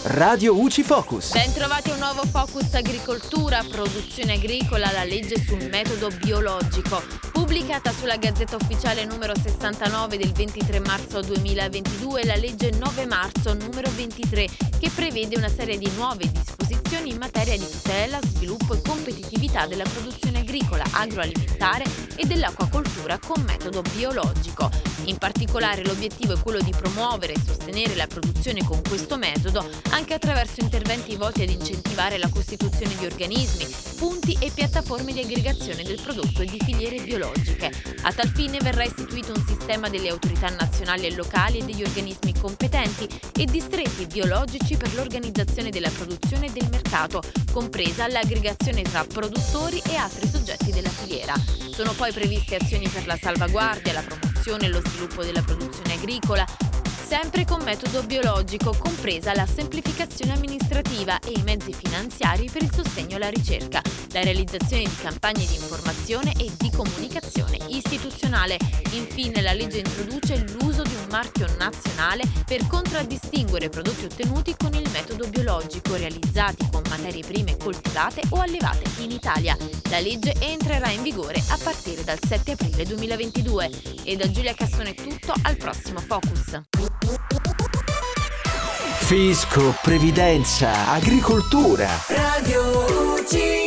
Radio UCI Focus. Ben trovati a un nuovo Focus Agricoltura, produzione agricola, la legge sul metodo biologico. Pubblicata sulla Gazzetta Ufficiale numero 69 del 23 marzo 2022, la legge 9 marzo numero 23, che prevede una serie di nuove disposizioni in materia di tutela, sviluppo e competitività della produzione agricola, agroalimentare e dell'acquacoltura con metodo biologico. In particolare l'obiettivo è quello di promuovere e sostenere la produzione con questo metodo anche attraverso interventi volti ad incentivare la costituzione di organismi, punti e piattaforme di aggregazione del prodotto e di filiere biologiche. A tal fine verrà istituito un sistema delle autorità nazionali e locali e degli organismi competenti e distretti biologici per l'organizzazione della produzione e del mercato, compresa l'aggregazione tra produttori e altri soggetti della filiera. Sono poi previste azioni per la salvaguardia, la promozione e lo sviluppo della produzione agricola, sempre con metodo biologico, compresa la semplificazione amministrativa e i mezzi finanziari per il sostegno alla ricerca, la realizzazione di campagne di informazione e di comunicazione istituzionale. Infine, la legge introduce l'uso di un marchio nazionale per contraddistinguere prodotti ottenuti con il metodo biologico realizzati con materie prime coltivate o allevate in Italia. La legge entrerà in vigore a partire dal 7 aprile 2022. E da Giulia Cassone è tutto, al prossimo Focus. Fisco, previdenza, agricoltura. Radio UCI.